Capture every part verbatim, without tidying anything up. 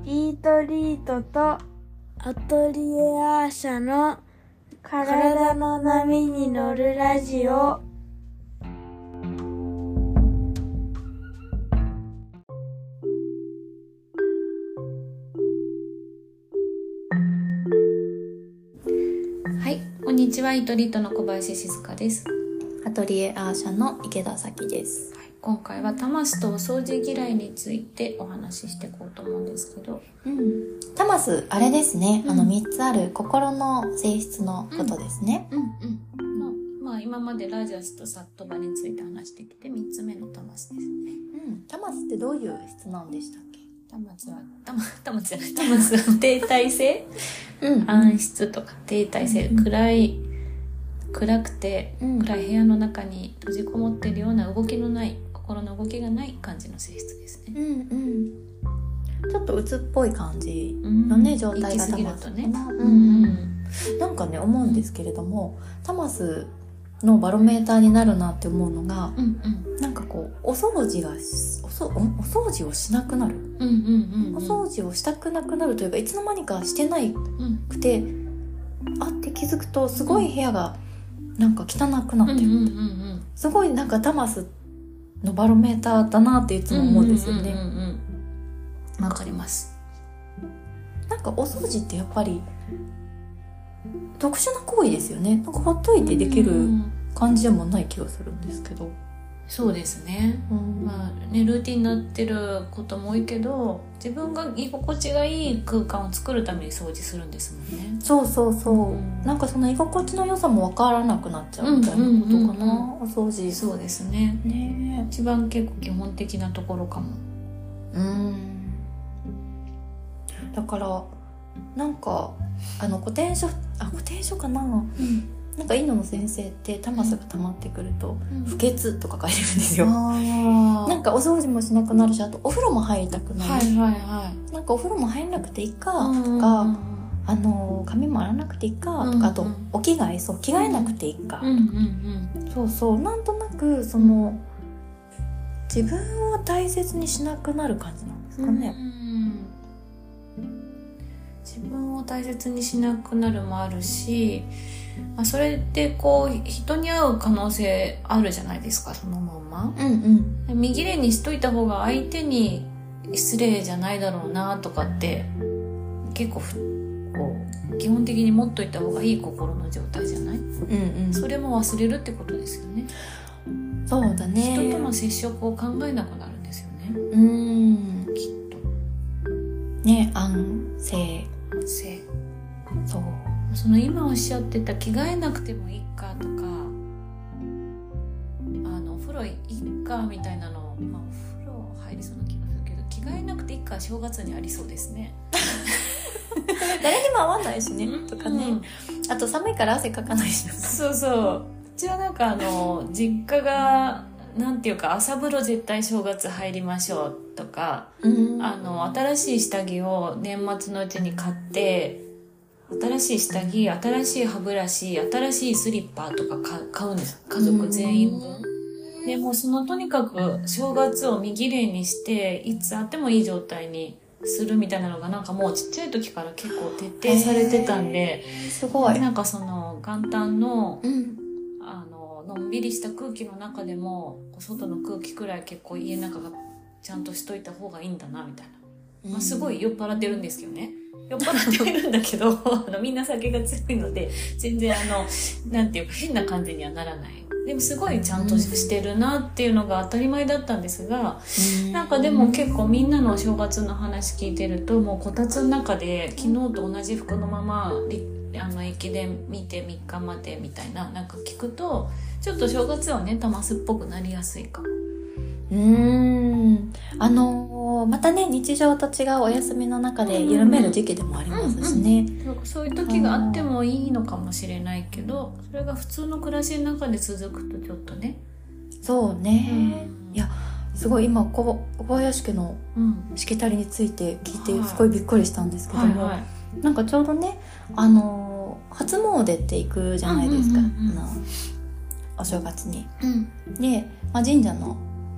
イートリートとアトリエアーシャの体の波に乗るラジオ。 はい、こんにちは。イートリートの小林静香です。 アトリエアーシャの池田咲です。 はい、今回はタマスとお掃除嫌いについてお話ししていこうと思うんですけど、 うん、タマスあれですね、 うん、 あのみっつある心の性質のことですね。 うんうんうんのまあ、今までラジャスとサットバについて話してきてみっつめのタマスですね。 うん、タマスってどういう質なんでしたっけ？ タマスはタマタマスじゃないタマスは停滞性、 うん、 暗室とか停滞性、 うん、 暗い暗くて、 うん、 暗い部屋の中に閉じこもっているような動きのない心の動きがない感じの性質ですね。 うんうん、ちょっと鬱っぽい感じのね、状態がタマスね、 うんうん、なんかね思うんですけれども、タマスのバロメーターになるなって思うのが、 うんうん、 なんかこうお掃除がおそお掃除をしなくなる、 うんうんうんうん、 お掃除をしたくなくなるというか、いつの間にかしてないくて、うん、あって気づくとすごい部屋がなんか汚くなってる、うんうんうんうん、すごいなんかタマスのバロメーターだなっていつも思うんですよね。わ、うんうんうん、かります。 なんかお掃除ってやっぱり特殊な行為ですよね。なんかほっといてできる感じでもない気がするんですけど。 そうですね、うん、まあね、ルーティンになってることも多いけど、自分が居心地がいい空間を作るために掃除するんですもんね。 そうそうそう、うん、なんかその居心地の良さも分からなくなっちゃうみたいなことかな、うんうんうんうん、お掃除。 そうですね。ね、一番結構基本的なところかも。 うん、だからなんかあの古典書あ古典書かな、うん、なんかインドの先生ってタマスが溜まってくると、うん、不潔とか書いてるんですよ。あ、なんかお掃除もしなくなるし、あとお風呂も入りたくなる、はいはいはい、なんかお風呂も入んなくていいかとか、うんうん、あの髪も洗わなくていいかとか、うんうん、あとお着替えそう着替えなくていいかとか、うんうんうん、そうそう、なんとなくその自分を大切にしなくなる感じなんですかね、 うんうん、自分を大切にしなくなるもあるし、まあ、それでこう人に会う可能性あるじゃないですか、そのまま、うんうん、身切れにしといた方が相手に失礼じゃないだろうなとかって結構こう基本的に持っといた方がいい心の状態じゃない、うんうん、それも忘れるってことですよね。 そうだね、 人との接触を考えなくなるんですよね。 うーん、きっとね、安静安静、 そう、 その今おっしゃってた着替えなくてもいいかとか、あのお風呂いいかみたいなの、まあ、お風呂入りそうな気がするけど、着替えなくていいか正月にありそうですね。 誰にも合わないしね、うん、とかね、あと寒いから汗かかないし、 そうそう、うちはなんかあの実家がなんていうか、朝風呂絶対正月入りましょうとか、うん、あの新しい下着を年末のうちに買って、新しい下着、新しい歯ブラシ、新しいスリッパとか買うんです、家族全員分。でもうそのとにかく正月を身綺麗にして、いつあってもいい状態にするみたいなのがなんかもうちっちゃい時から結構徹底されてたんで、 すごい。 なんかその元旦の、うん、あののんびりした空気の中でも外の空気くらい結構家の中がちゃんとしといた方がいいんだなみたいな、まあ、すごい酔っ払ってるんですけどね、酔っ払ってるんだけどあのみんな酒が強いので全然あのなんていうか変な感じにはならない。でもすごいちゃんとしてるなっていうのが当たり前だったんですが、なんかでも結構みんなのお正月の話聞いてると、もうこたつの中で昨日と同じ服のままあの駅伝見てみっかまでみたいな、なんか聞くとちょっと正月はねタマスっぽくなりやすいかも。 うーん、あのー、またね日常と違うお休みの中で緩める時期でもありますしね、 うんうんうん、そういう時があってもいいのかもしれないけど、それが普通の暮らしの中で続くとちょっとね。 そうね、うん、いやすごい今小林家のしきたりについて聞いてすごいびっくりしたんですけども、はいはいはい、なんかちょうどね、あのー、初詣って行くじゃないですか、うんうんうんうん、お正月に、うん、で、まあ、神社の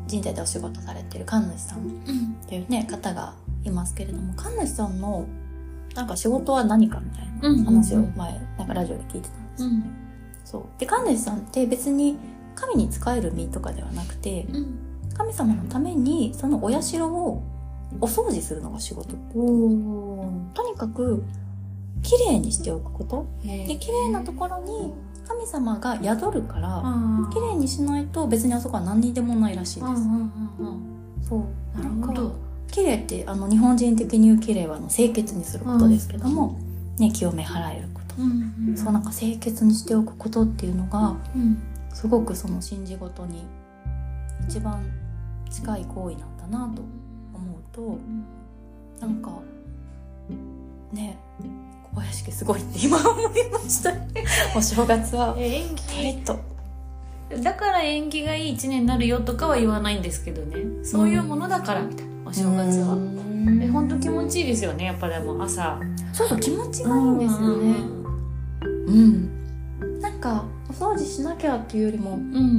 神社でお仕事されてる神主さんっていうね、方がいますけれども、神主さんのなんか仕事は何かみたいな話を前なんかラジオで聞いてたんです、うん、そうで神主さんって別に神に仕える身とかではなくて、うん、神様のためにそのお社をお掃除するのが仕事。とにかく綺麗にしておくこと。で、綺麗なところに神様が宿るから、綺麗にしないと別にあそこは何にでもないらしいです。そう。なるほど。綺麗ってあの日本人的に言う綺麗はあの清潔にすることですけども、ね、清め払えること。そうなんか清潔にしておくことっていうのが、すごくその信じ事に一番近い行為なんだなと思うと、なんかね、小林家すごいって今思いましたお正月は縁起とだから縁起がいい一年になるよとかは言わないんですけどね、そういうものだからみたいな、お正月はえ本当気持ちいいですよね、やっぱりもう朝そうそう気持ちがいいんですよね。うん、なんかお掃除しなきゃっていうよりも、うん、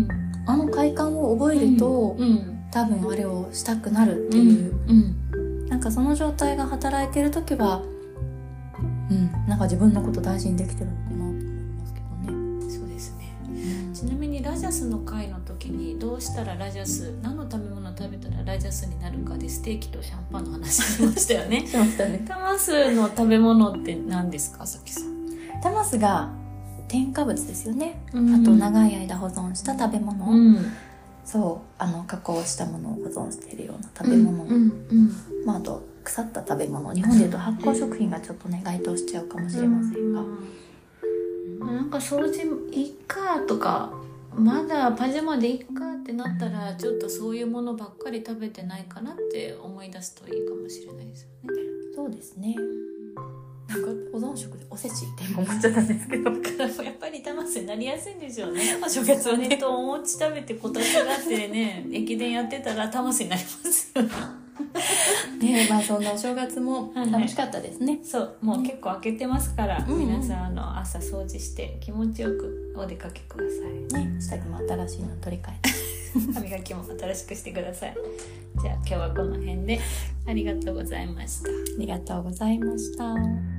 あの快感を覚えると、うんうん、多分あれをしたくなるっていう、うんうん、なんかその状態が働いてる時は、うん、なんか自分のこと大事にできてるのかなと思いますけどね。 そうですね、うん、ちなみにラジャスの会の時にどうしたらラジャス何の食べ物を食べたらラジャスになるかでステーキとシャンパンの話しましたよねしましたね。 タマスの食べ物って何ですか、さきさん。 タマスが添加物ですよね、うん、あと長い間保存した食べ物、うん、そうあの加工したものを保存しているような食べ物、うんうんうんまあ、あと腐った食べ物、日本でいうと発酵食品がちょっとね該当しちゃうかもしれませんが、 うん、なんか掃除いっかとかまだパジャマでいっかってなったらちょっとそういうものばっかり食べてないかなって思い出すといいかもしれないですよね。 そうですね、なんか保存食でおせちって思っちゃったんですけどやっぱりタマスになりやすいんでしょうね。お正月はねとお餅食べてこたつがあってね駅伝やってたらタマスになりますよね。まあそんなお正月も楽しかったですね、はい、 そうもう結構明けてますから、うん、皆さんあの朝掃除して気持ちよくお出かけくださいね。下着も新しいの取り替えて歯磨きも新しくしてください。じゃあ今日はこの辺でありがとうございました。 ありがとうございました。